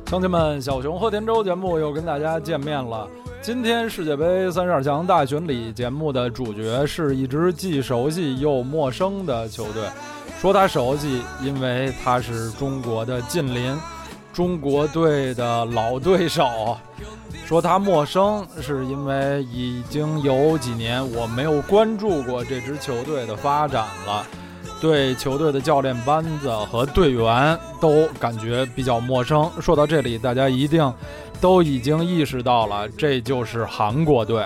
乡亲们，小熊和田周节目又跟大家见面了。今天世界杯32强大巡礼节目的主角是一支既熟悉又陌生的球队。说它熟悉，因为它是中国的近邻，中国队的老对手。说它陌生，是因为已经有几年我没有关注过这支球队的发展了，对球队的教练班子和队员都感觉比较陌生。说到这里，大家一定都已经意识到了，这就是韩国队。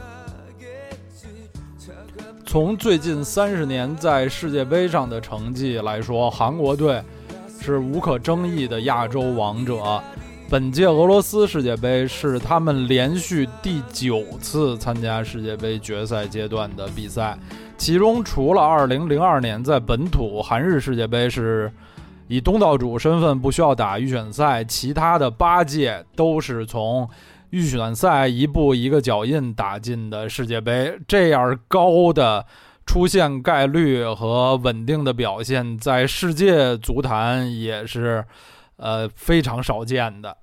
从最近30年在世界杯上的成绩来说，韩国队是无可争议的亚洲王者。本届俄罗斯世界杯是他们连续第9次参加世界杯决赛阶段的比赛，其中除了2002年在本土韩日世界杯是以东道主身份不需要打预选赛，其他的8届都是从预选赛一步一个脚印打进的世界杯。这样高的出现概率和稳定的表现，在世界足坛也是非常少见的。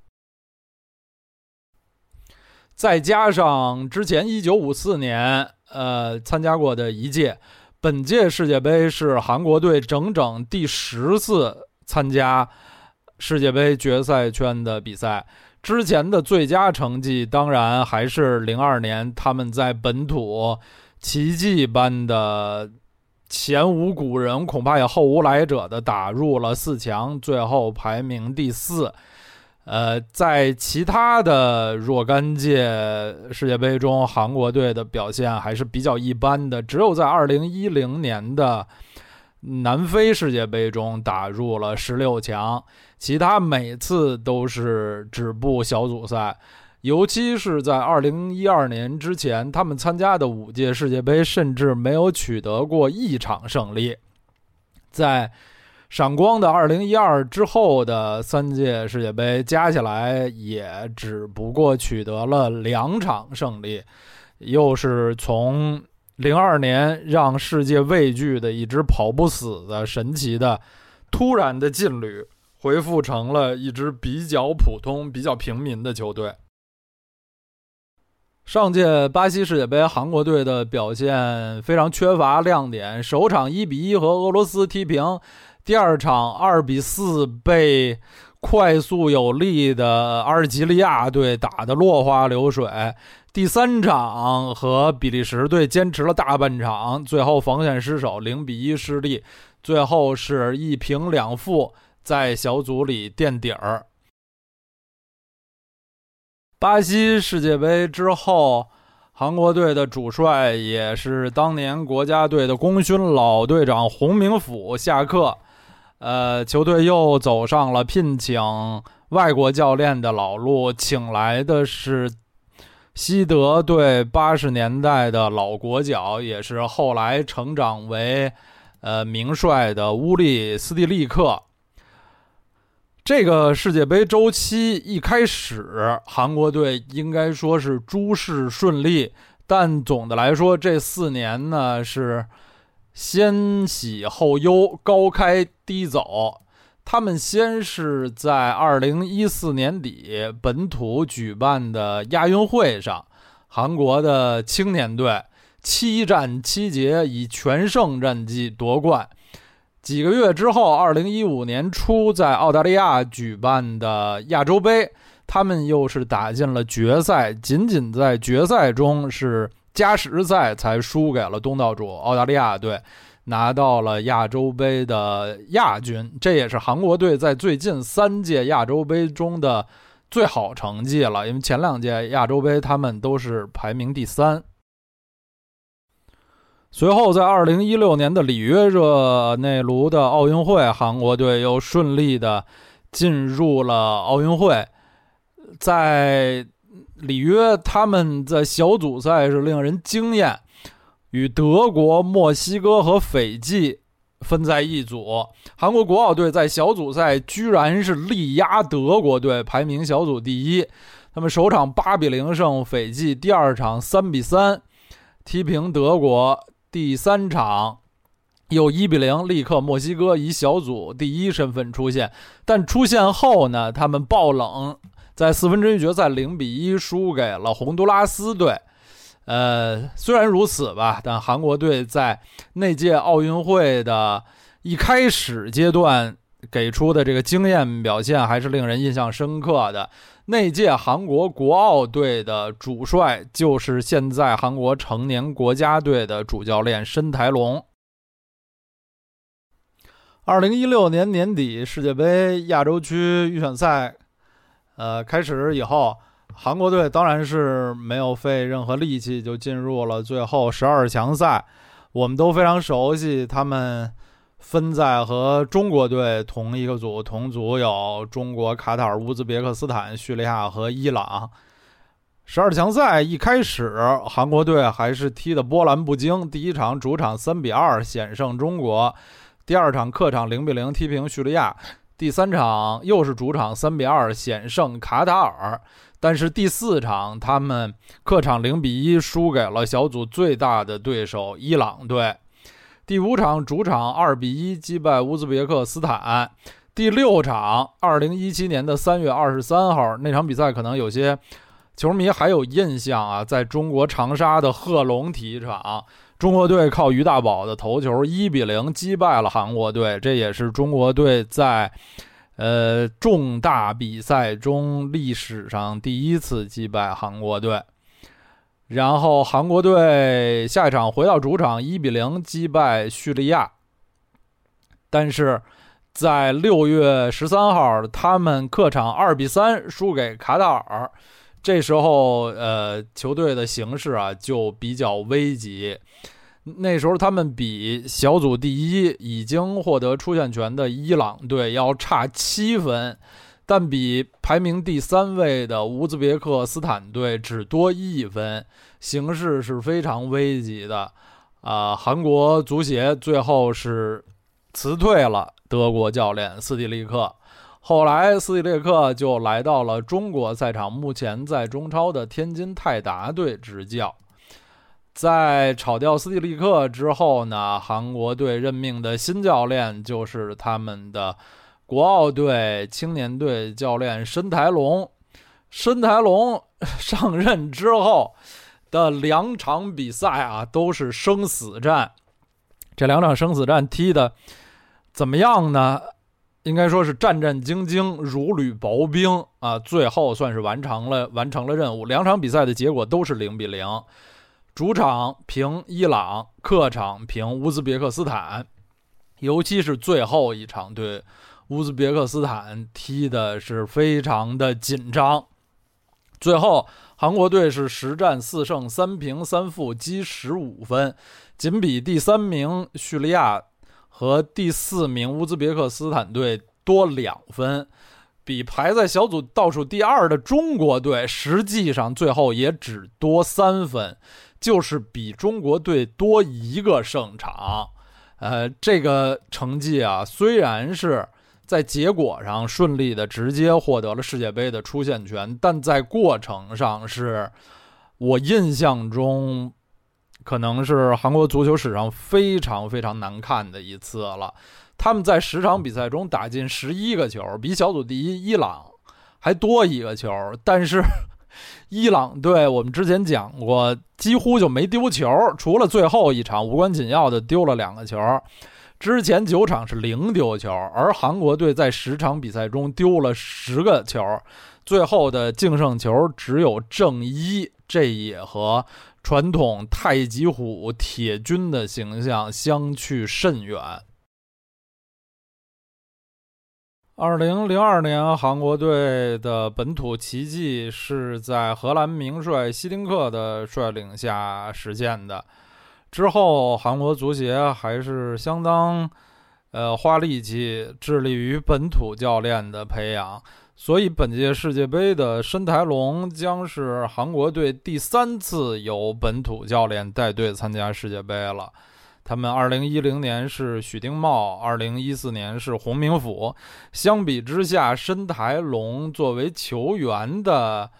再加上之前1954年参加过的一届，本届世界杯是韩国队整整第10次参加世界杯决赛圈的比赛。之前的最佳成绩当然还是02年他们在本土奇迹般的前无古人恐怕也后无来者的打入了4强，最后排名第4。在其他的若干届世界杯中，韩国队的表现还是比较一般的，只有在2010年的南非世界杯中打入了16强，其他每次都是止步小组赛。尤其是在2012年之前，他们参加的5届世界杯甚至没有取得过1场胜利。在闪光的2012之后的3届世界杯加起来也只不过取得了2场胜利，又是从02年让世界畏惧的一支跑不死的神奇的突然的劲旅，恢复成了一支比较普通比较平民的球队。上届巴西世界杯，韩国队的表现非常缺乏亮点，首场1-1和俄罗斯踢平，第2场2-4被快速有力的阿尔及利亚队打得落花流水，第3场和比利时队坚持了大半场，最后防线失守0-1失利，最后是1平2负在小组里垫底儿。巴西世界杯之后，韩国队的主帅也是当年国家队的功勋老队长洪明甫下课，球队又走上了聘请外国教练的老路，请来的是西德队80年代的老国脚，也是后来成长为名帅的乌利斯蒂利克。这个世界杯周期一开始，韩国队应该说是诸事顺利，但总的来说这4年呢是先喜后忧，高开低走。他们先是在2014年底本土举办的亚运会上，韩国的青年队7战7捷以全胜战绩夺冠。几个月之后，2015年初在澳大利亚举办的亚洲杯，他们又是打进了决赛，仅仅在决赛中是加时赛才输给了东道主澳大利亚队，拿到了亚洲杯的亚军。这也是韩国队在最近3届亚洲杯中的最好成绩了，因为前2届亚洲杯他们都是排名第3。随后在2016年的里约热内卢的奥运会，韩国队又顺利的进入了奥运会。在里约，他们在小组赛是令人惊艳，与德国、墨西哥和斐济分在一组。韩国国奥队在小组赛居然是力压德国队，排名小组第1。他们首场8-0胜斐济，第2场3-3踢平德国，第3场又1-0力克墨西哥，以小组第一身份出现。但出现后呢，他们爆冷，在4分之一决赛0-1输给了洪都拉斯队。虽然如此吧，但韩国队在那届奥运会的一开始阶段给出的这个经验表现还是令人印象深刻的。那届韩国国奥队的主帅就是现在韩国成年国家队的主教练申台龙。2016年年底世界杯亚洲区预选赛开始以后，韩国队当然是没有费任何力气就进入了最后12强赛。我们都非常熟悉，他们分在和中国队同一个组，同组有中国、卡塔尔、乌兹别克斯坦、叙利亚和伊朗。12强赛一开始，韩国队还是踢得波澜不惊，第一场主场3-2险胜中国，第二场客场0-0踢平叙利亚，第三场又是主场3-2险胜卡塔尔。但是第四场他们客场0-1输给了小组最大的对手伊朗队。第五场主场2-1击败乌兹别克斯坦。第六场2017年的3月23号那场比赛，可能有些球迷还有印象啊，在中国长沙的贺龙体育场，中国队靠于大宝的头球1-0击败了韩国队，这也是中国队在重大比赛中历史上第一次击败韩国队。然后韩国队下一场回到主场1-0击败叙利亚，但是在6月13号他们客场2-3输给卡塔尔。这时候球队的形势啊就比较危急。那时候他们比小组第一已经获得出线权的伊朗队要差7分，但比排名第3位的乌兹别克斯坦队只多1分，形势是非常危急的。韩国足协最后是辞退了德国教练斯蒂利克，后来斯蒂利克就来到了中国赛场，目前在中超的天津泰达队执教。在炒掉斯蒂利克之后呢，韩国队任命的新教练就是他们的国奥队青年队教练申台龙。申台龙上任之后的2场比赛啊都是生死战。这2场生死战踢的怎么样呢？应该说是战战兢兢，如履薄冰啊！最后算是完成了任务。2场比赛的结果都是0-0。主场平伊朗，客场平乌兹别克斯坦，尤其是最后一场对乌兹别克斯坦踢的是非常的紧张。最后韩国队是10战4胜3平3负，积15分，仅比第3名叙利亚和第4名乌兹别克斯坦队多2分，比排在小组倒数第2的中国队实际上最后也只多3分，就是比中国队多1个胜场。这个成绩啊，虽然是在结果上顺利的直接获得了世界杯的出线权，但在过程上是我印象中可能是韩国足球史上非常非常难看的一次了。他们在10场比赛中打进11个球，比小组第一伊朗还多1个球，但是伊朗队我们之前讲过几乎就没丢球，除了最后一场无关紧要的丢了2个球，之前9场是0丢球。而韩国队在10场比赛中丢了10个球，最后的净胜球只有正1，这也和传统太极虎铁军的形象相去甚远。2002年韩国队的本土奇迹是在荷兰名帅希丁克的率领下实现的。之后韩国足协还是相当花力气致力于本土教练的培养，所以本届世界杯的申台龙将是韩国队第3次由本土教练带队参加世界杯了。他们2010年是许丁茂，2014年是洪明甫。相比之下，申台龙作为球员的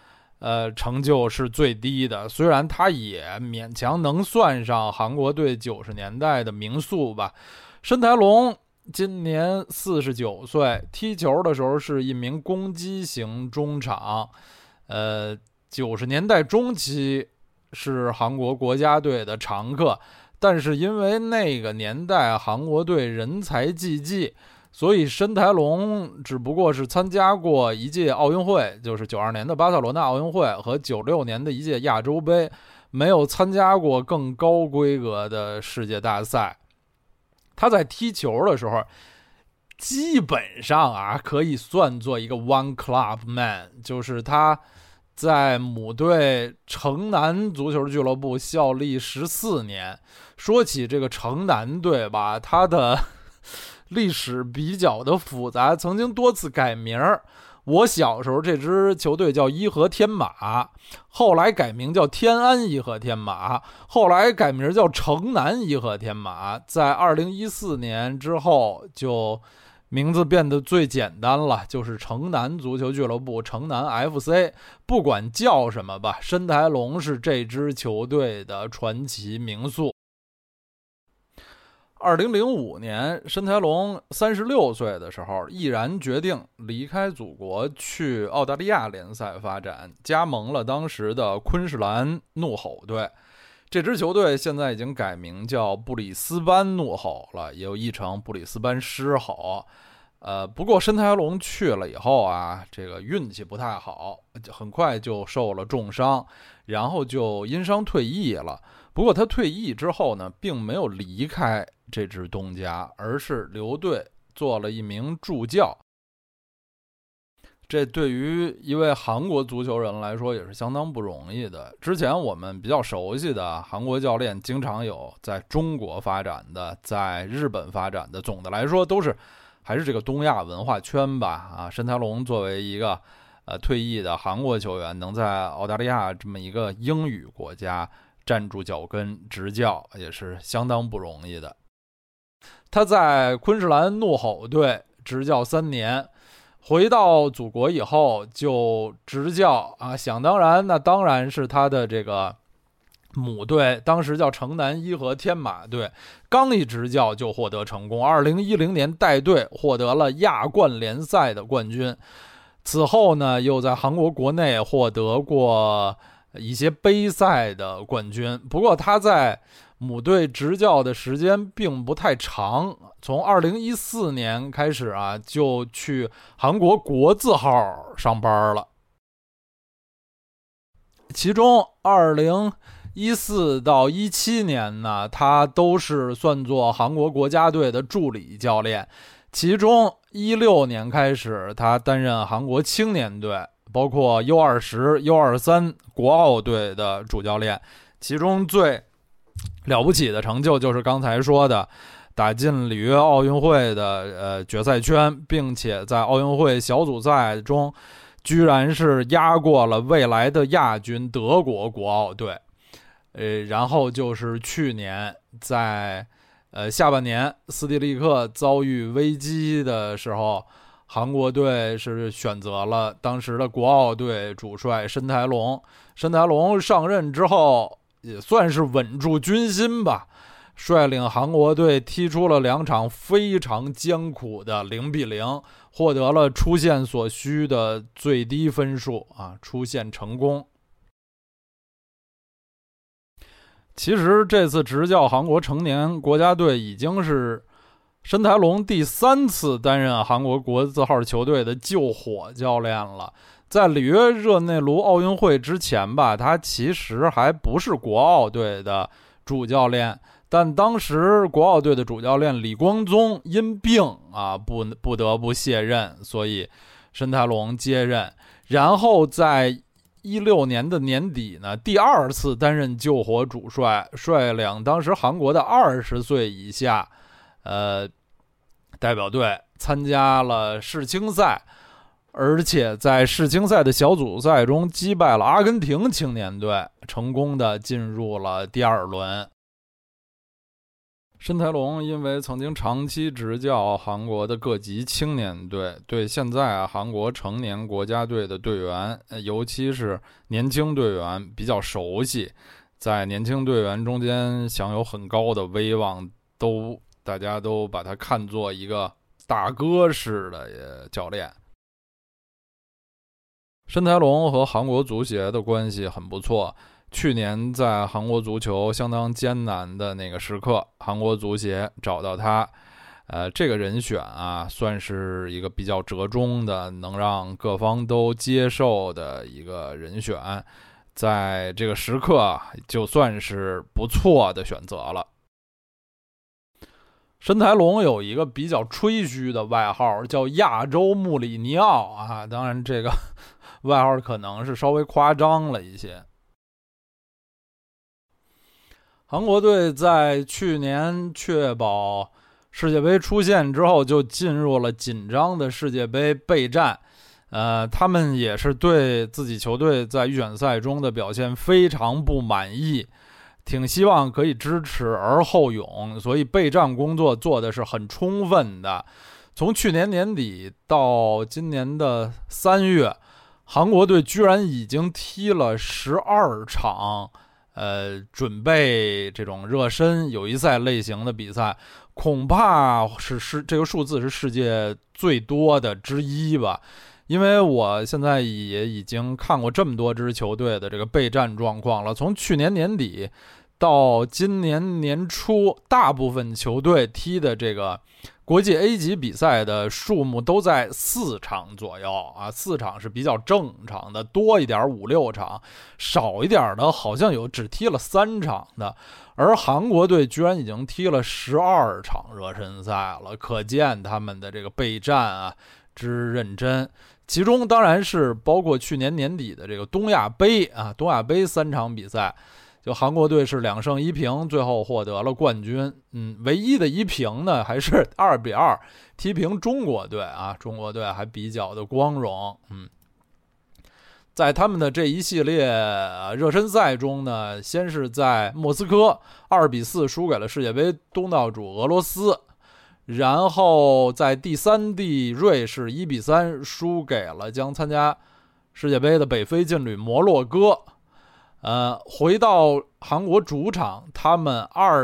成就是最低的，虽然他也勉强能算上韩国队90年代的名宿吧。申台龙今年49岁，踢球的时候是一名攻击型中场，90年代中期是韩国国家队的常客，但是因为那个年代韩国队人才济济，所以申台龙只不过是参加过一届奥运会，就是92年的巴塞罗那奥运会和96年的一届亚洲杯，没有参加过更高规格的世界大赛。他在踢球的时候基本上可以算作一个 one club man， 就是他在母队城南足球俱乐部效力14年。说起这个城南队吧，他的历史比较的复杂，曾经多次改名。我小时候这支球队叫伊和天马，后来改名叫天安伊和天马，后来改名叫城南伊和天马，在2014年之后就名字变得最简单了，就是城南足球俱乐部，城南 FC。 不管叫什么吧，申台龙是这支球队的传奇名宿。2005年，申台龙36岁的时候，毅然决定离开祖国，去澳大利亚联赛发展，加盟了当时的昆士兰怒吼队。这支球队现在已经改名叫布里斯班怒吼了，也有译成布里斯班狮吼。不过申台龙去了以后这个运气不太好，很快就受了重伤，然后就因伤退役了。不过他退役之后呢，并没有离开这支东家，而是留队做了一名助教。这对于一位韩国足球人来说也是相当不容易的。之前我们比较熟悉的韩国教练经常有在中国发展的，在日本发展的，总的来说都是还是这个东亚文化圈吧。申台龙作为一个退役的韩国球员，能在澳大利亚这么一个英语国家站住脚跟执教，也是相当不容易的。他在昆士兰怒吼队执教3年，回到祖国以后就执教想当然，那当然是他的这个母队，当时叫城南伊和天马队，刚一执教就获得成功。2010年带队获得了亚冠联赛的冠军，此后呢又在韩国国内获得过一些杯赛的冠军。不过他在母队执教的时间并不太长，从2014年开始就去韩国国字号上班了。其中2014到17年呢，他都是算作韩国国家队的助理教练。其中16年开始，他担任韩国青年队，包括 U20、U23 国奥队的主教练。其中最了不起的成就就是刚才说的，打进里约奥运会的决赛圈，并且在奥运会小组赛中居然是压过了未来的亚军德国国奥队。然后就是去年在下半年斯蒂利克遭遇危机的时候，韩国队是选择了当时的国奥队主帅申台龙。申台龙上任之后也算是稳住军心吧，率领韩国队踢出了2场非常艰苦的0-0，获得了出线所需的最低分数出线成功。其实这次执教韩国成年国家队已经是申台龙第3次担任韩国国字号球队的救火教练了。在里约热内卢奥运会之前吧，他其实还不是国奥队的主教练，但当时国奥队的主教练李光宗因病不得不卸任，所以申台龙接任。然后在16年的年底呢，第2次担任救火主帅，率领当时韩国的20岁以下代表队参加了世青赛，而且在世青赛的小组赛中击败了阿根廷青年队，成功的进入了第2轮。 申台龙因为曾经长期执教韩国的各级青年队，对现在韩国成年国家队的队员，尤其是年轻队员比较熟悉，在年轻队员中间享有很高的威望，大家都把他看作一个大哥式的教练。申台龙和韩国足协的关系很不错，去年在韩国足球相当艰难的那个时刻，韩国足协找到他，这个人选算是一个比较折中的，能让各方都接受的一个人选，在这个时刻就算是不错的选择了。申台龙有一个比较吹嘘的外号，叫亚洲穆里尼奥当然这个外号可能是稍微夸张了一些。韩国队在去年确保世界杯出线之后，就进入了紧张的世界杯备战。他们也是对自己球队在预选赛中的表现非常不满意，挺希望可以知耻而后勇，所以备战工作做的是很充分的。从去年年底到今年的3月，韩国队居然已经踢了12场准备这种热身友谊赛类型的比赛，恐怕是这个数字是世界最多的之一吧。因为我现在也已经看过这么多支球队的这个备战状况了，从去年年底到今年年初，大部分球队踢的这个国际 A 级比赛的数目都在4场左右4场是比较正常的，多一点5、6场，少一点的好像有只踢了3场的，而韩国队居然已经踢了12场热身赛了，可见他们的这个备战之认真。其中当然是包括去年年底的这个东亚杯东亚杯3场比赛，就韩国队是2胜1平，最后获得了冠军。唯一的1平呢，还是2-2踢平中国队中国队还比较的光荣。在他们的这一系列热身赛中呢，先是在莫斯科2-4输给了世界杯东道主俄罗斯，然后在第3地瑞士1-3输给了将参加世界杯的北非劲旅摩洛哥。回到韩国主场，他们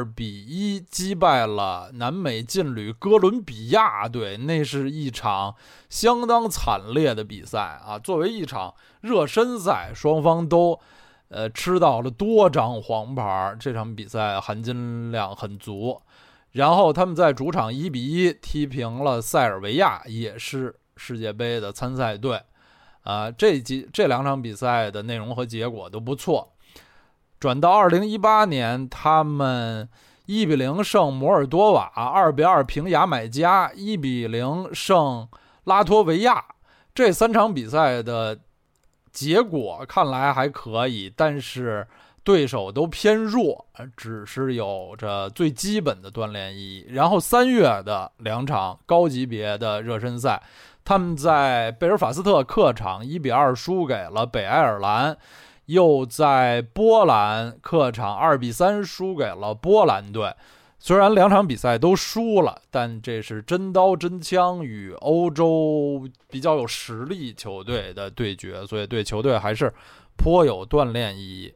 2-1击败了南美劲旅哥伦比亚队，那是一场相当惨烈的比赛作为一场热身赛，双方都吃到了多张黄牌，这场比赛含金量很足。然后他们在主场1-1踢平了塞尔维亚，也是世界杯的参赛队。这2场比赛的内容和结果都不错。转到2018年，他们1-0胜摩尔多瓦，2-2平牙买加，1-0胜拉脱维亚。这3场比赛的结果看来还可以，但是对手都偏弱，只是有着最基本的锻炼意义。然后3月的2场高级别的热身赛，他们在贝尔法斯特客场1-2输给了北爱尔兰，又在波兰客场2-3输给了波兰队。虽然2场比赛都输了，但这是真刀真枪与欧洲比较有实力球队的对决，所以对球队还是颇有锻炼意义。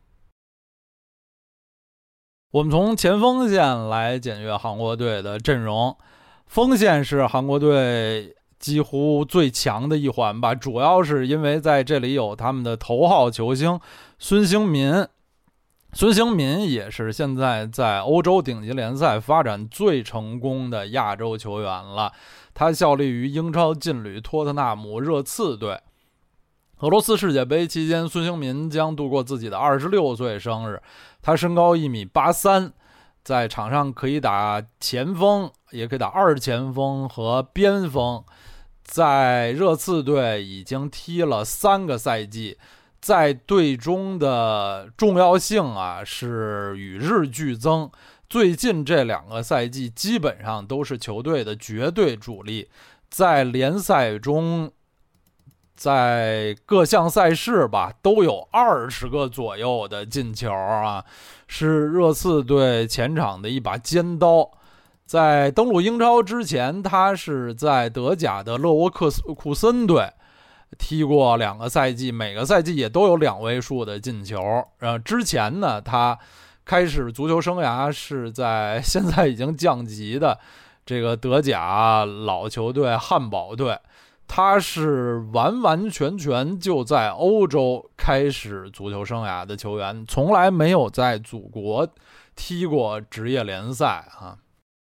我们从前锋线来检阅韩国队的阵容，锋线是韩国队几乎最强的一环吧，主要是因为在这里有他们的头号球星孙兴民。孙兴民也是现在在欧洲顶级联赛发展最成功的亚洲球员了，他效力于英超劲旅托特纳姆热刺队。俄罗斯世界杯期间，孙兴民将度过自己的26岁生日，他身高1.83米，在场上可以打前锋，也可以打2前锋和边锋。在热刺队已经踢了3个赛季，在队中的重要性是与日俱增。最近这2个赛季基本上都是球队的绝对主力，在联赛中，在各项赛事都有20个左右的进球是热刺队前场的一把尖刀。 在登陆英超之前，他是在德甲的勒沃库森队踢过2个赛季，每个赛季也都有2位数的进球。之前呢，他开始足球生涯是在现在已经降级的这个德甲老球队汉堡队，他是完完全全就在欧洲开始足球生涯的球员，从来没有在祖国踢过职业联赛啊。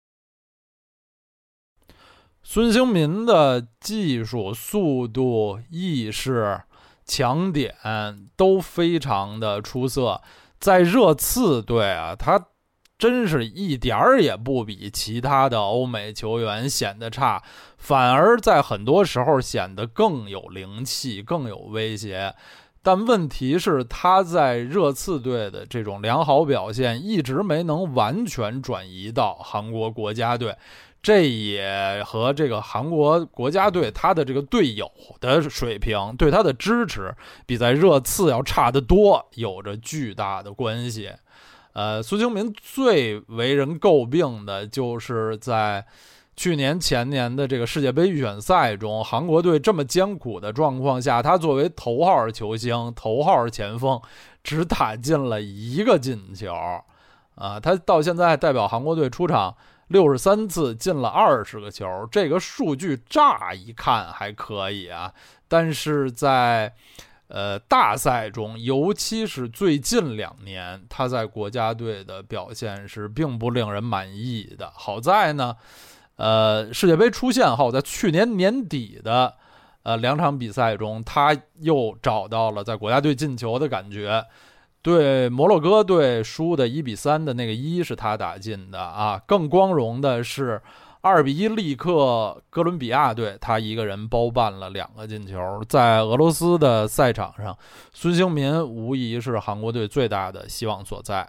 孙兴民的技术、速度、意识、强点都非常的出色，在热刺队啊，他真是一点儿也不比其他的欧美球员显得差，反而在很多时候显得更有灵气、更有威胁。但问题是，他在热刺队的这种良好表现一直没能完全转移到韩国国家队，这也和这个韩国国家队他的这个队友的水平对他的支持比在热刺要差得多有着巨大的关系。孙兴民最为人诟病的就是在去年前年的这个世界杯预选赛中，韩国队这么艰苦的状况下，他作为头号球星、头号前锋，只打进了1个进球。他到现在代表韩国队出场63次，进了20个球，这个数据乍一看还可以啊，但是在大赛中，尤其是最近2年，他在国家队的表现是并不令人满意的。好在呢，世界杯出现后，在去年年底的2场比赛中，他又找到了在国家队进球的感觉。对摩洛哥队输的1-3的那个1是他打进的啊，更光荣的是2-1力克哥伦比亚队，他一个人包办了2个进球。在俄罗斯的赛场上，孙兴民无疑是韩国队最大的希望所在。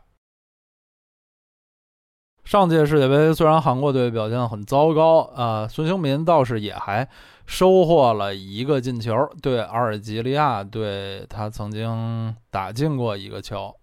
上届世界杯虽然韩国队表现很糟糕孙兴民倒是也还收获了1个进球，对阿尔及利亚队他曾经打进过1个球。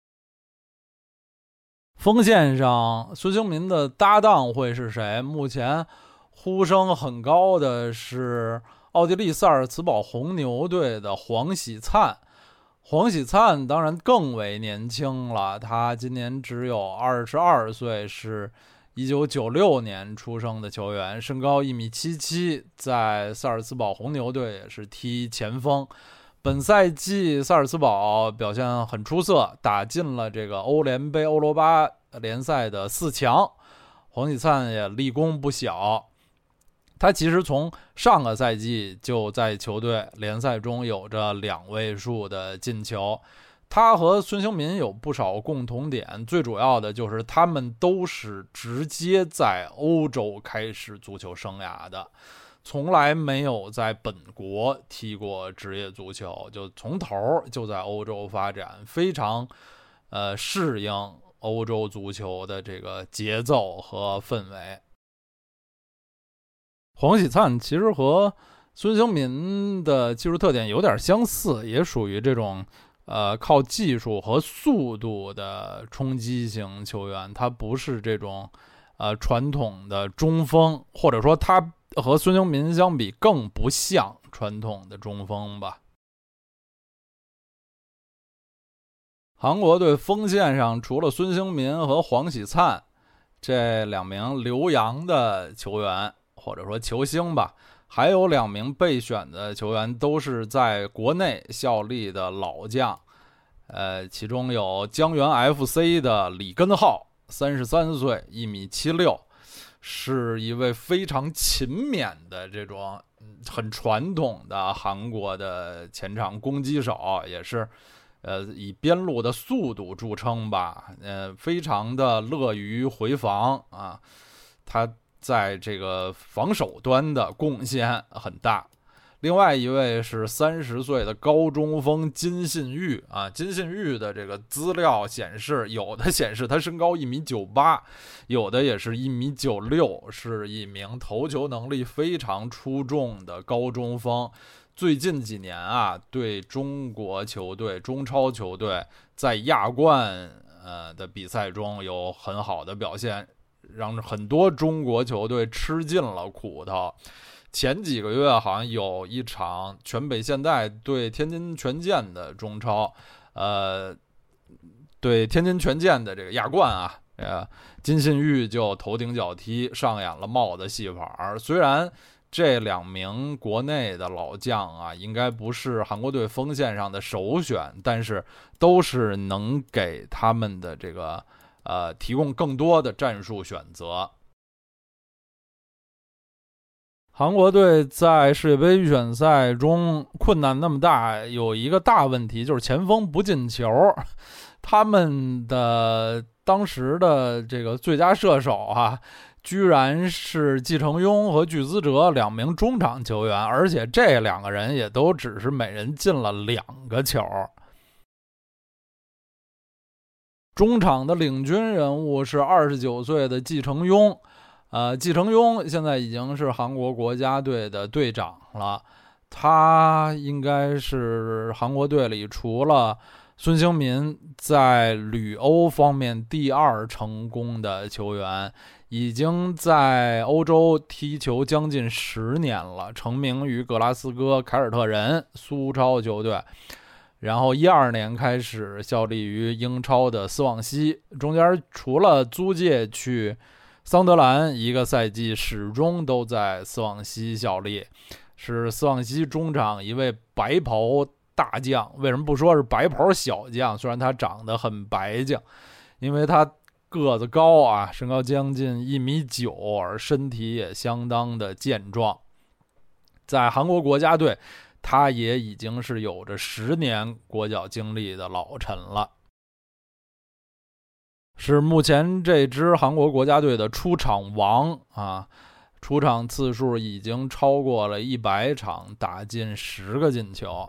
锋线上孙兴民的搭档会是谁？目前呼声很高的是奥地利萨尔茨堡红牛队的黄喜灿。黄喜灿当然更为年轻了，他今年只有22岁，是1996年出生的球员，身高1.77米，在萨尔茨堡红牛队也是踢前锋。本赛季萨尔茨堡表现很出色，打进了这个欧联杯、欧罗巴联赛的4强，黄喜灿也立功不小。他其实从上个赛季就在球队联赛中有着2位数的进球。他和孙兴民有不少共同点，最主要的就是他们都是直接在欧洲开始足球生涯的，从来没有在本国踢过职业足球，就从头就在欧洲发展，非常适应欧洲足球的这个节奏和氛围。黄喜灿其实和孙兴民的技术特点有点相似，也属于这种靠技术和速度的冲击型球员，他不是这种传统的中锋，或者说他和孙兴民相比更不像传统的中锋吧。韩国队锋线上除了孙兴民和黄喜灿这2名留洋的球员或者说球星吧，还有2名备选的球员都是在国内效力的老将，其中有江源 FC 的李根浩，33岁，1.76米，是一位非常勤勉的这种很传统的韩国的前场攻击手，也是以边路的速度著称吧，非常的乐于回防啊，他在这个防守端的贡献很大。另外一位是30岁的高中锋金信玉啊，金信玉的这个资料显示，有的显示他身高1.98米，有的也是1.96米，是一名头球能力非常出众的高中锋。最近几年啊，对中国球队、中超球队在亚冠的比赛中有很好的表现， 让很多中国球队吃尽了苦头。前几个月好像有一场全北现代对天津权健的中超，对天津权健的这个亚冠啊，金信煜就头顶脚踢，上演了帽子戏法。虽然这2名国内的老将啊，应该不是韩国队锋线上的首选，但是都是能给他们的这个提供更多的战术选择。韩国队在世界杯预选赛中困难那么大，有一个大问题就是前锋不进球。他们的当时的这个最佳射手啊，居然是季承庸和具资哲2名中场球员，而且这2个人也都只是每人进了2个球。中场的领军人物是29岁的季承庸，季承庸现在已经是韩国国家队的队长了，他应该是韩国队里除了孙兴民在旅欧方面第2成功的球员，已经在欧洲踢球将近10年了，成名于格拉斯哥凯尔特人苏超球队，然后12年开始效力于英超的斯旺西，中间除了租借去桑德兰1个赛季，始终都在斯旺西效力，是斯旺西中场一位白袍大将。为什么不说是白袍小将？虽然他长得很白净，因为他个子高啊，身高将近1.9米，而身体也相当的健壮。在韩国国家队，他也已经是有着10年国脚经历的老臣了，是目前这支韩国国家队的出场王啊，出场次数已经超过了100场，打进10个进球。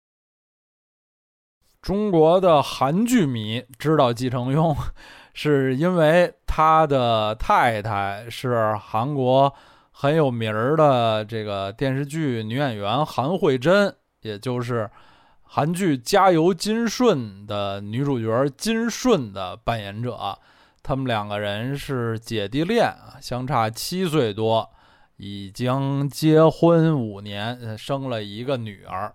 中国的韩剧迷知道季承庸，是因为他的太太是韩国很有名的这个电视剧女演员韩慧珍，也就是韩剧《加油金顺》的女主角金顺的扮演者。他们2个人是姐弟恋，相差7岁多，已经结婚5年，生了1个女儿。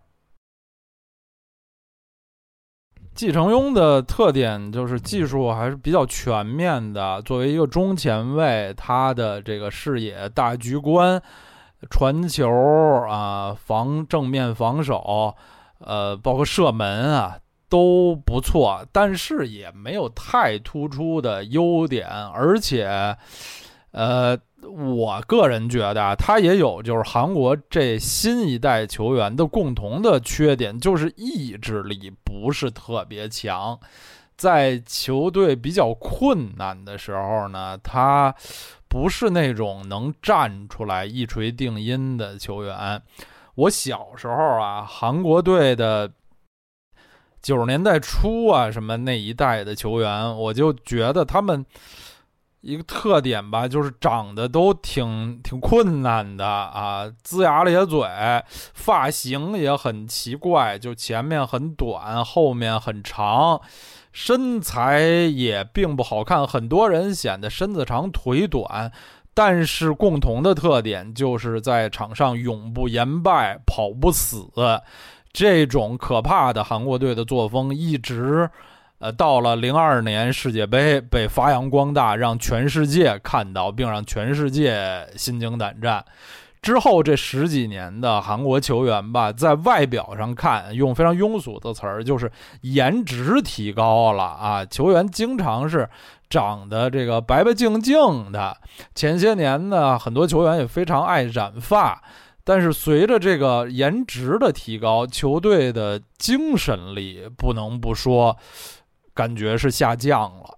季承庸的特点就是技术还是比较全面的，作为一个中前卫，他的这个视野、大局观、传球啊、正面防守，包括射门啊都不错，但是也没有太突出的优点，而且我个人觉得他也有就是韩国这新一代球员的共同的缺点，就是意志力不是特别强，在球队比较困难的时候呢，他不是那种能站出来一锤定音的球员。我小时候啊，韩国队的90年代初啊，什么那一代的球员，我就觉得他们一个特点吧，就是长得都挺困难的啊，龇牙咧嘴，发型也很奇怪，就前面很短，后面很长，身材也并不好看，很多人显得身子长腿短，但是共同的特点就是在场上永不言败，跑不死。这种可怕的韩国队的作风一直到了02年世界杯被发扬光大，让全世界看到，并让全世界心惊胆战。之后这10几年的韩国球员吧，在外表上看，用非常庸俗的词儿，就是颜值提高了啊，球员经常是长得这个白白净净的。前些年呢，很多球员也非常爱染发，但是随着这个颜值的提高，球队的精神力不能不说感觉是下降了。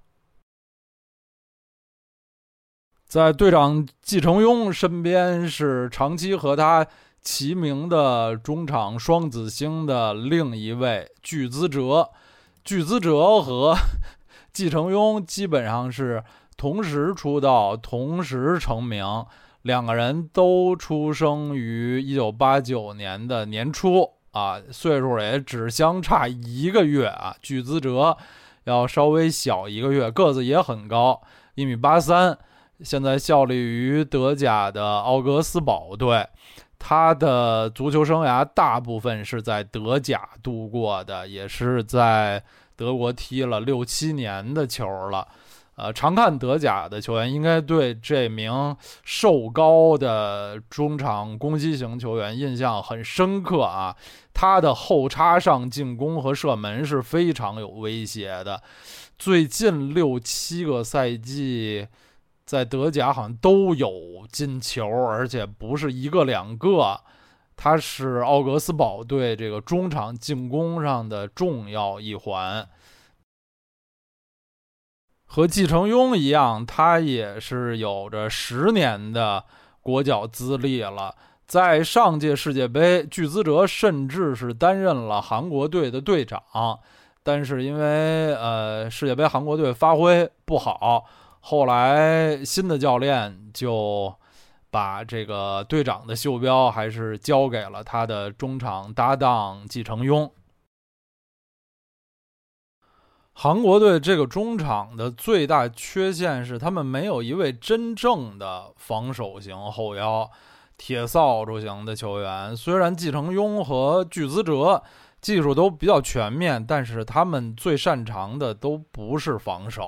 在队长季承庸身边是长期和他齐名的中场双子星的另一位具资哲。具资哲和季承庸基本上是同时出道，同时成名，2个人都出生于1989年的年初啊，岁数也只相差1个月啊。具资哲要稍微小1个月，个子也很高，1.83米。 现在效力于德甲的奥格斯堡队。他的足球生涯大部分是在德甲度过的，也是在德国踢了6、7年的球了。常看德甲的球员应该对这名瘦高的中场攻击型球员印象很深刻啊。他的后插上进攻和射门是非常有威胁的。最近6、7个赛季在德甲好像都有进球，而且不是1个2个。他是奥格斯堡队这个中场进攻上的重要一环。和季承庸一样，他也是有着10年的国脚资历了。在上届世界杯，巨资哲甚至是担任了韩国队的队长，但是因为世界杯韩国队发挥不好，后来新的教练就把这个队长的袖标还是交给了他的中场搭档季承庸。韩国队这个中场的最大缺陷是他们没有一位真正的防守型后腰，铁扫帚型的球员。虽然季承庸和巨资哲技术都比较全面，但是他们最擅长的都不是防守。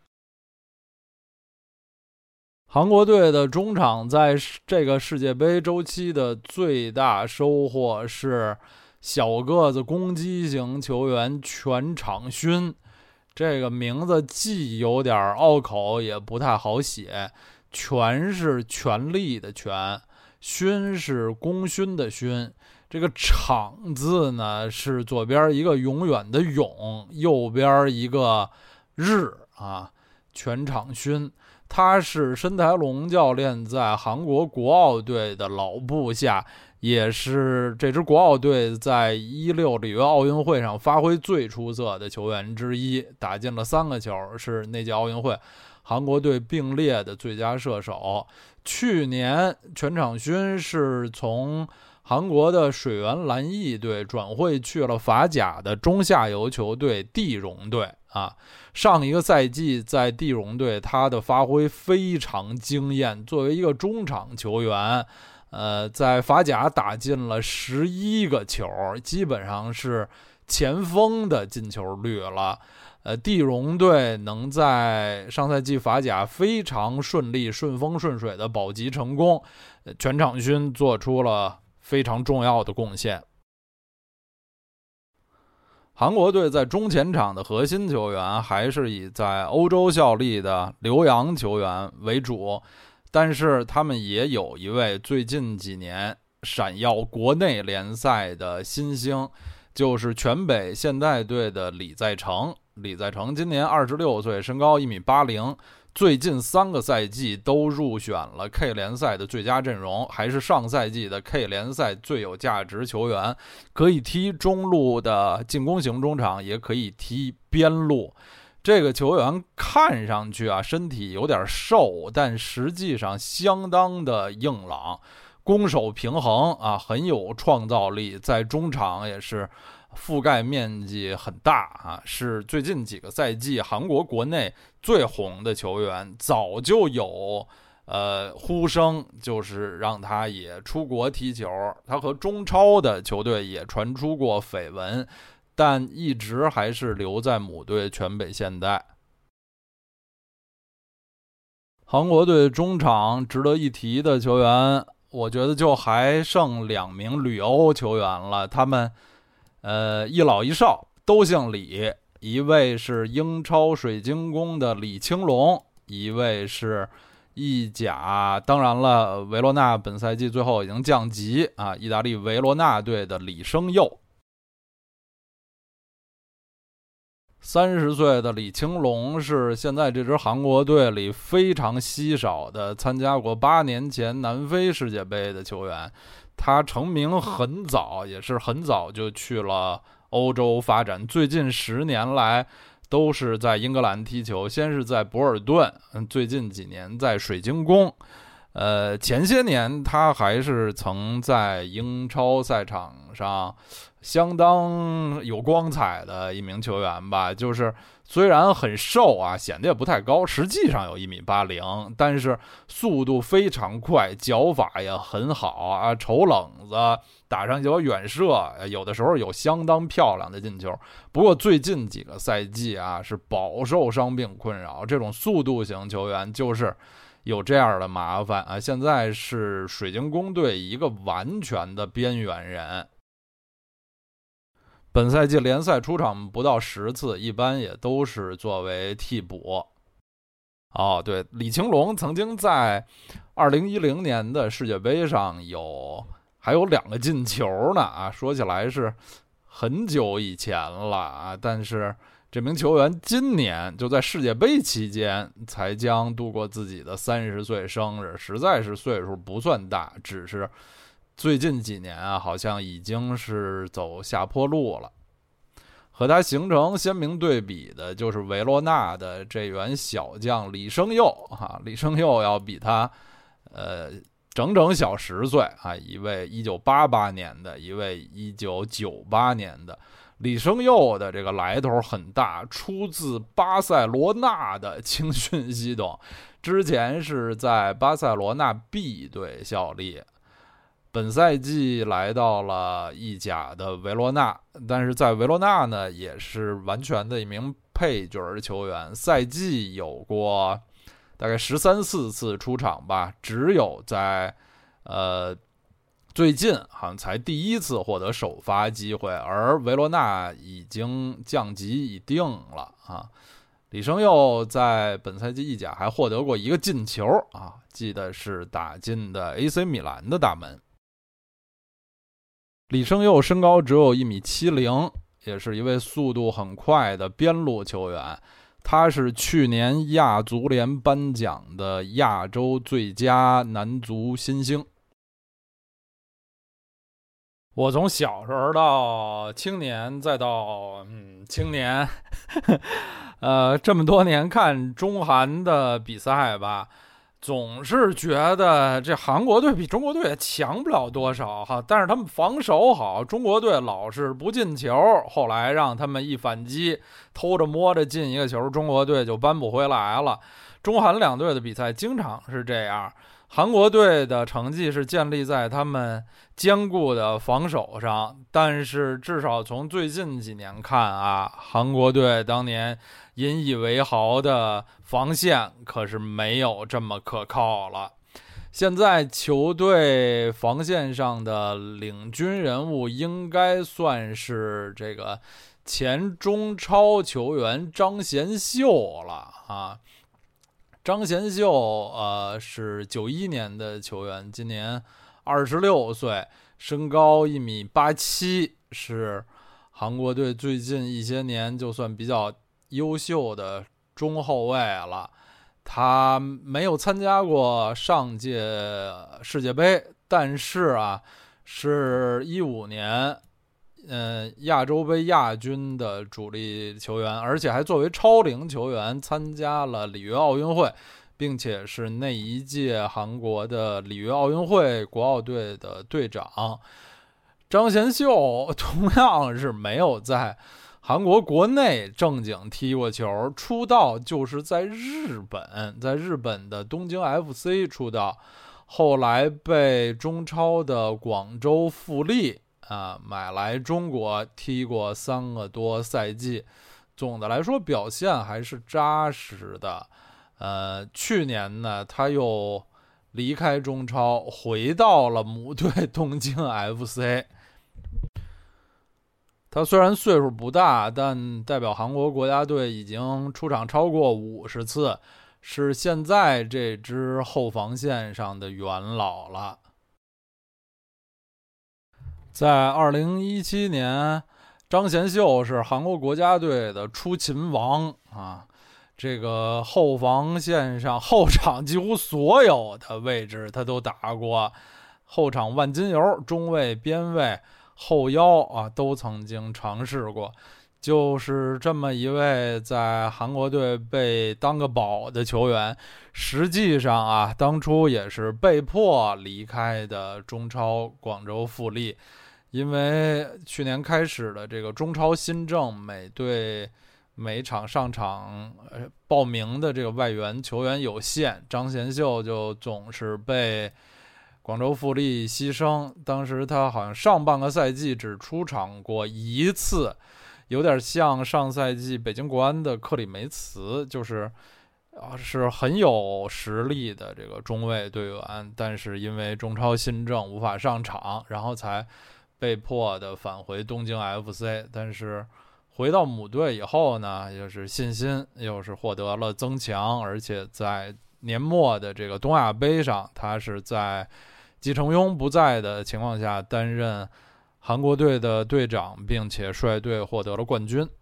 韩国队的中场在这个世界杯周期的最大收获是小个子攻击型球员全场勋。这个名字既有点拗口，也不太好写。全是权力的权，勋是功勋的勋。这个场字呢，是左边一个永远的永，右边一个日啊，全场勋。他是申台龙教练在韩国国奥队的老部下，也是这支国奥队在16里约奥运会上发挥最出色的球员之一，打进了3个球，是那届奥运会韩国队并列的最佳射手。去年全场勋是从韩国的水原蓝翼队转会去了法甲的中下游球队地荣队啊。上一个赛季在地荣队他的发挥非常惊艳，作为一个中场球员在法甲打进了11个球，基本上是前锋的进球率了。地荣队能在上赛季法甲非常顺利、顺风顺水的保级成功，全场勋做出了非常重要的贡献。韩国队在中前场的核心球员还是以在欧洲效力的留洋球员为主，但是他们也有一位最近几年闪耀国内联赛的新星，就是全北现代队的李在成。李在成今年26岁，身高1.80米，最近3个赛季都入选了 K 联赛的最佳阵容，还是上赛季的 K 联赛最有价值球员，可以踢中路的进攻型中场，也可以踢边路。这个球员看上去身体有点瘦，但实际上相当的硬朗，攻守平衡很有创造力，在中场也是覆盖面积很大是最近几个赛季韩国国内最红的球员。早就有呼声，就是让他也出国踢球。他和中超的球队也传出过绯闻，但一直还是留在母队全北现代。韩国队中场值得一提的球员，我觉得就还剩2名旅欧球员了。他们一老一少，都姓李，一位是英超水晶宫的李青龙，一位是意甲，当然了，维罗纳本赛季最后已经降级意大利维罗纳队的李胜佑。30岁的李青龙是现在这支韩国队里非常稀少的参加过8年前南非世界杯的球员。他成名很早，也是很早就去了欧洲发展，最近10年来都是在英格兰踢球，先是在博尔顿，最近几年在水晶宫。 前些年他还是曾在英超赛场上相当有光彩的一名球员吧，就是虽然很瘦啊，显得也不太高，实际上有1.80米，但是速度非常快，脚法也很好啊，瞅冷子打上脚远射，有的时候有相当漂亮的进球。不过最近几个赛季啊，是饱受伤病困扰，这种速度型球员就是有这样的麻烦啊，现在是水晶宫队一个完全的边缘人。本赛季联赛出场不到10次，一般也都是作为替补。对，李青龙曾经在2010年的世界杯上还有2个进球呢啊，说起来是很久以前了啊，但是这名球员今年就在世界杯期间才将度过自己的30岁生日，实在是岁数不算大，只是最近几年啊，好像已经是走下坡路了。和他形成鲜明对比的就是维罗纳的这员小将李胜佑啊，李胜佑要比他整整小10岁啊，一位1988年的，一位1998年的。李胜佑的这个来头很大，出自巴塞罗那的青训系统，之前是在巴塞罗那 B 队效力，本赛季来到了意甲的维罗纳，但是在维罗纳呢，也是完全的一名配角球员，赛季有过大概13、14次出场吧，只有在最近好像才第1次获得首发机会，而维罗纳已经降级已定了啊。李胜佑在本赛季意甲还获得过1个进球啊，记得是打进的 AC 米兰的大门。李胜佑身高只有1.70米，也是一位速度很快的边路球员。他是去年亚足联颁奖的亚洲最佳男足新星。我从小时候到青年，再到青年，这么多年看中韩的比赛吧，总是觉得这韩国队比中国队也强不了多少哈，但是他们防守好，中国队老是不进球，后来让他们一反击，偷着摸着进1个球，中国队就扳不回来了。中韩2队的比赛经常是这样，韩国队的成绩是建立在他们坚固的防守上，但是至少从最近几年看啊，韩国队当年引以为豪的防线可是没有这么可靠了。现在球队防线上的领军人物应该算是这个前中超球员张贤秀了啊。张贤秀是91年的球员，今年26岁，身高1.87米，是韩国队最近一些年就算比较优秀的中后卫了。他没有参加过上届世界杯，但是是15年亚洲杯亚军的主力球员，而且还作为超龄球员参加了里约奥运会，并且是那一届韩国的里约奥运会国奥队的队长。张贤秀同样是没有在韩国国内正经踢过球，出道就是在日本的东京 FC 出道，后来被中超的广州富力买来中国踢过3个多赛季，总的来说表现还是扎实的。去年呢，他又离开中超，回到了母队东京 FC。他虽然岁数不大，但代表韩国国家队已经出场超过50次，是现在这支后防线上的元老了。在2017年，张贤秀是韩国国家队的出勤王啊，这个后防线上后场几乎所有的位置他都打过，后场万金油、中卫、边卫、后腰都曾经尝试过。 就是这么一位在韩国队被当个宝的球员，实际上啊，当初也是被迫离开的中超广州富力，因为去年开始的这个中超新政，每队每场上场报名的这个外援球员有限，张贤秀就总是被广州富力牺牲。当时他好像上半个赛季只出场过一次，有点像上赛季北京国安的克里梅茨，就是是很有实力的这个中卫队员，但是因为中超新政无法上场，然后才被迫的返回东京 FC。 但是回到母队以后呢，就是信心又是获得了增强，而且在年末的这个东亚杯上，他是在季承庸不在的情况下担任韩国队的队长，并且率队获得了冠军。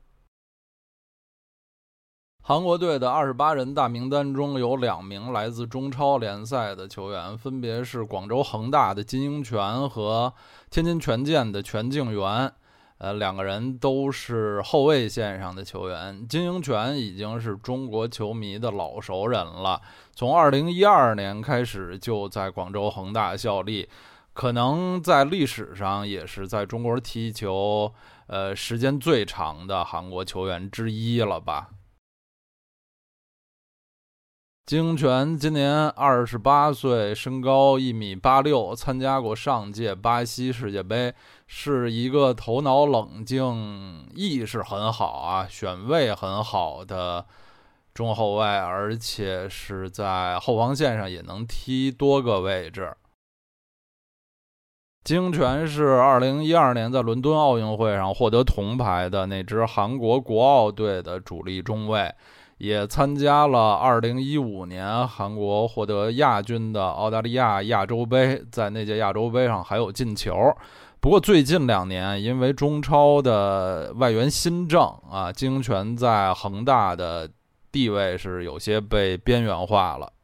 韩国队的28人大名单中有2名来自中超联赛的球员，分别是广州恒大的金英权和天津权健的全敬元。2个人都是后卫线上的球员。金英权已经是中国球迷的老熟人了，从2012年开始就在广州恒大效力，可能在历史上也是在中国踢球时间最长的韩国球员之一了吧。金英权今年28岁，身高1.86米，参加过上届巴西世界杯，是一个头脑冷静、意识很好啊、选位很好的中后卫，而且是在后防线上也能踢多个位置。金英权是2012年在伦敦奥运会上获得铜牌的那支韩国国奥队的主力中卫，也参加了2015年韩国获得亚军的澳大利亚亚洲杯，在那届亚洲杯上还有进球。不过最近2年因为中超的外援新政啊，金英权在恒大的地位是有些被边缘化了。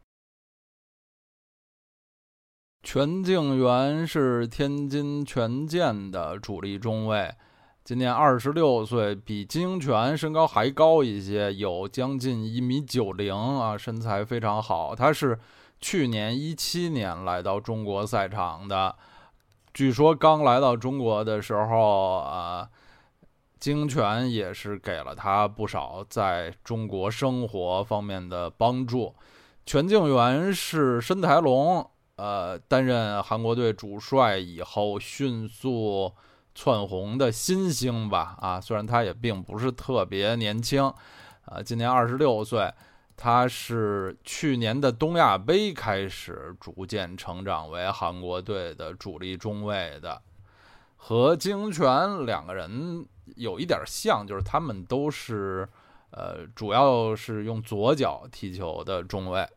全敬元是天津权健的主力中卫，今年26岁，比金英权身高还高一些，有将近1.90米啊，身材非常好。他是去年17年来到中国赛场的，据说刚来到中国的时候金英权也是给了他不少在中国生活方面的帮助。全敬元是申台龙担任韩国队主帅以后迅速窜红的新星吧虽然他也并不是特别年轻今年26岁，他是去年的东亚杯开始逐渐成长为韩国队的主力中卫的。和金英权2个人有一点像，就是他们都是主要是用左脚踢球的中卫。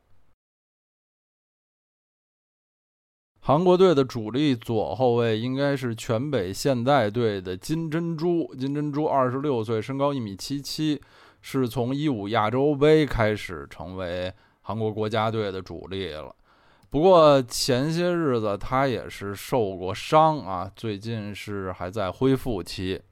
韩国队的主力左后卫应该是全北现代队的金珍珠。金珍珠26岁，身高1.77米，是从15亚洲杯开始成为韩国国家队的主力了。不过前些日子他也是受过伤最近是还在恢复期。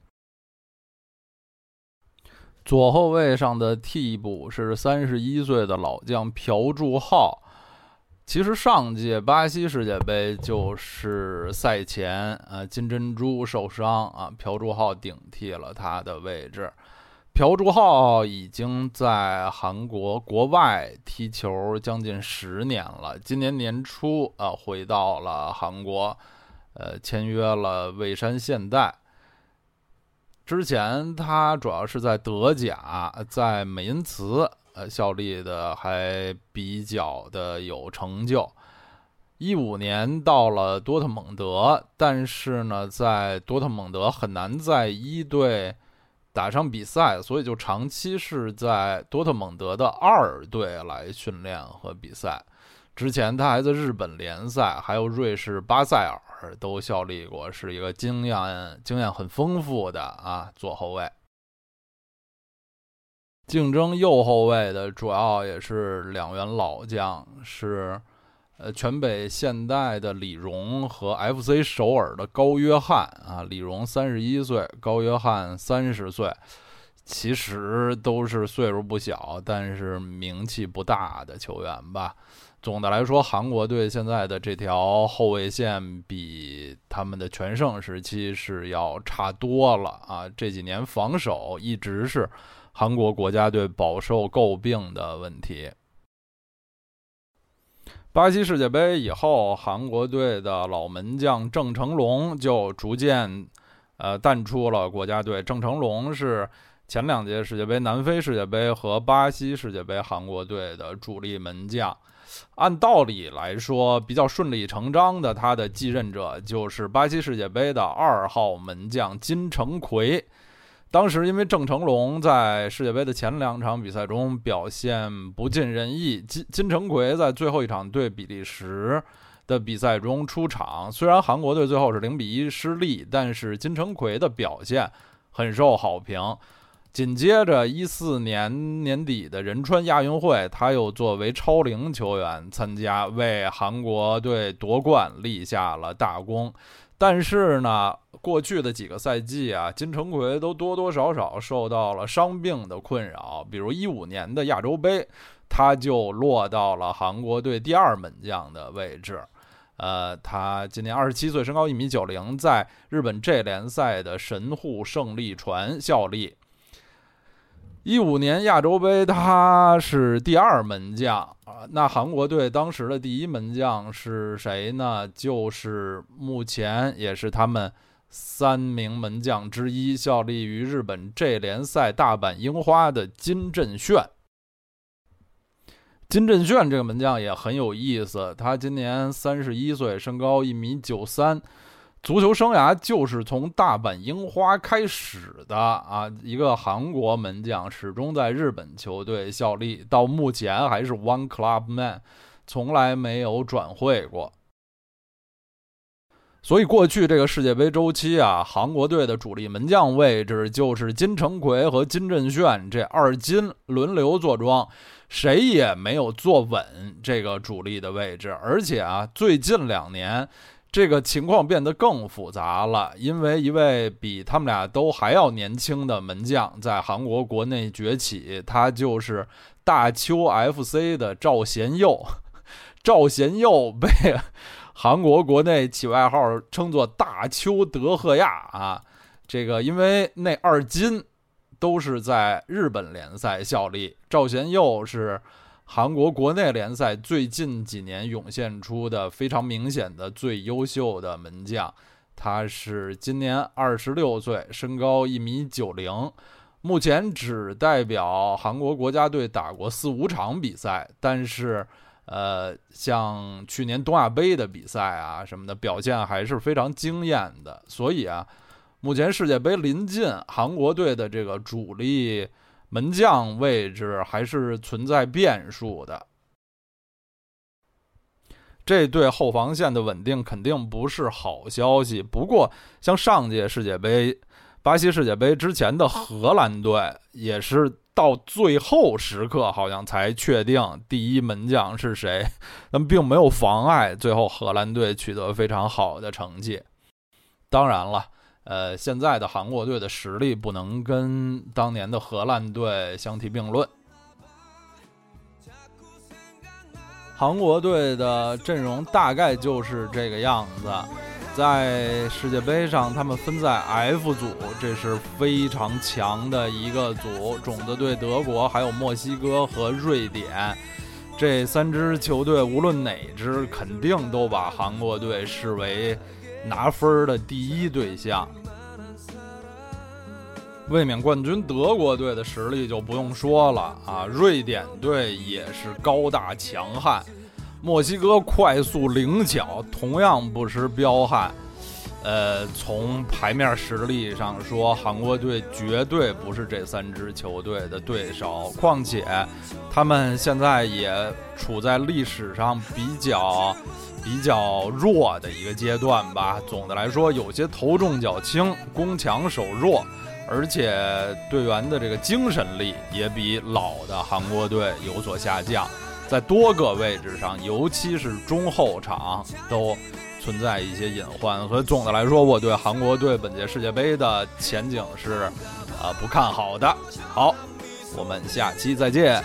左后卫上的替补是31岁的老将朴柱浩。其实上届巴西世界杯就是赛前金珍珠受伤朴柱浩顶替了他的位置。朴柱浩已经在韩国国外踢球将近10年了，今年年初回到了韩国，签约了蔚山现代。之前他主要是在德甲，在美因茨效力的还比较的有成就。15年到了多特蒙德，但是呢，在多特蒙德很难在1队打上比赛，所以就长期是在多特蒙德的2队来训练和比赛。之前他还在日本联赛还有瑞士巴塞尔都效力过，是一个经验很丰富的左后卫。竞争右后卫的主要也是2员老将，是全北现代的李荣和 FC 首尔的高约翰李荣31岁，高约翰30岁。 其实都是岁数不小，但是名气不大的球员吧。总的来说，韩国队现在的这条后卫线比他们的全盛时期是要差多了啊！这几年防守一直是韩国国家队饱受诟病的问题。巴西世界杯以后，韩国队的老门将郑成龙就逐渐淡出了国家队。郑成龙是前2届世界杯、南非世界杯和巴西世界杯韩国队的主力门将。按道理来说，比较顺理成章的，他的继任者就是巴西世界杯的2号门将金城奎。当时因为郑成龙在世界杯的前2场比赛中表现不尽人意，金城奎在最后一场对比利时的比赛中出场，虽然韩国队最后是0-1失利，但是金城奎的表现很受好评。紧接着14年年底的仁川亚运会，他又作为超龄球员参加，为韩国队夺冠立下了大功。但是呢，过去的几个赛季啊，金城奎都多多少少受到了伤病的困扰，比如15年的亚洲杯，他就落到了韩国队第2门将的位置。他今年27岁，身高1.90米，在日本 J 联赛的神户胜利船效力。15年亚洲杯他是第2门将那韩国队当时的第1门将是谁呢？就是目前也是他们3名门将之一，效力于日本 J 联赛大阪樱花的金振炫。金振炫这个门将也很有意思，他今年31岁，身高1.93米，足球生涯就是从大阪樱花开始的啊！一个韩国门将始终在日本球队效力，到目前还是 One Club Man， 从来没有转会过。所以过去这个世界杯周期啊，韩国队的主力门将位置就是金城奎和金振炫这2金轮流坐庄，谁也没有坐稳这个主力的位置。而且啊，最近2年这个情况变得更复杂了，因为一位比他们俩都还要年轻的门将在韩国国内崛起，他就是大邱 FC 的赵贤佑。赵贤佑被韩国国内起外号称作大邱德赫亚啊，这个因为那2金都是在日本联赛效力，赵贤佑是韩国国内联赛最近几年涌现出的非常明显的最优秀的门将，他是今年26岁，身高1.90米，目前只代表韩国国家队打过4-5场比赛，但是像去年东亚杯的比赛啊什么的表现还是非常惊艳的。所以啊，目前世界杯临近，韩国队的这个主力门将位置还是存在变数的，这对后防线的稳定肯定不是好消息。不过像上届世界杯、巴西世界杯之前的荷兰队也是到最后时刻好像才确定第1门将是谁，但并没有妨碍最后荷兰队取得非常好的成绩。当然了，现在的韩国队的实力不能跟当年的荷兰队相提并论。韩国队的阵容大概就是这个样子，在世界杯上他们分在 F 组，这是非常强的一个组，种子队德国还有墨西哥和瑞典，这3支球队无论哪支肯定都把韩国队视为拿分的第1对象。卫冕冠军德国队的实力就不用说了啊，瑞典队也是高大强悍，墨西哥快速灵巧，同样不失彪悍。从牌面实力上说，韩国队绝对不是这3支球队的对手，况且他们现在也处在历史上比较弱的一个阶段吧。总的来说，有些头重脚轻，攻强守弱，而且队员的这个精神力也比老的韩国队有所下降，在多个位置上，尤其是中后场都存在一些隐患。所以总的来说，我对韩国队本届世界杯的前景是不看好的。好，我们下期再见。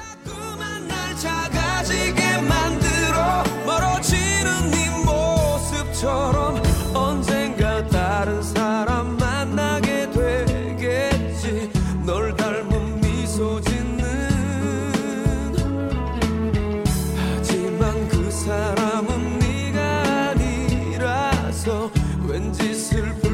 왠지 슬픈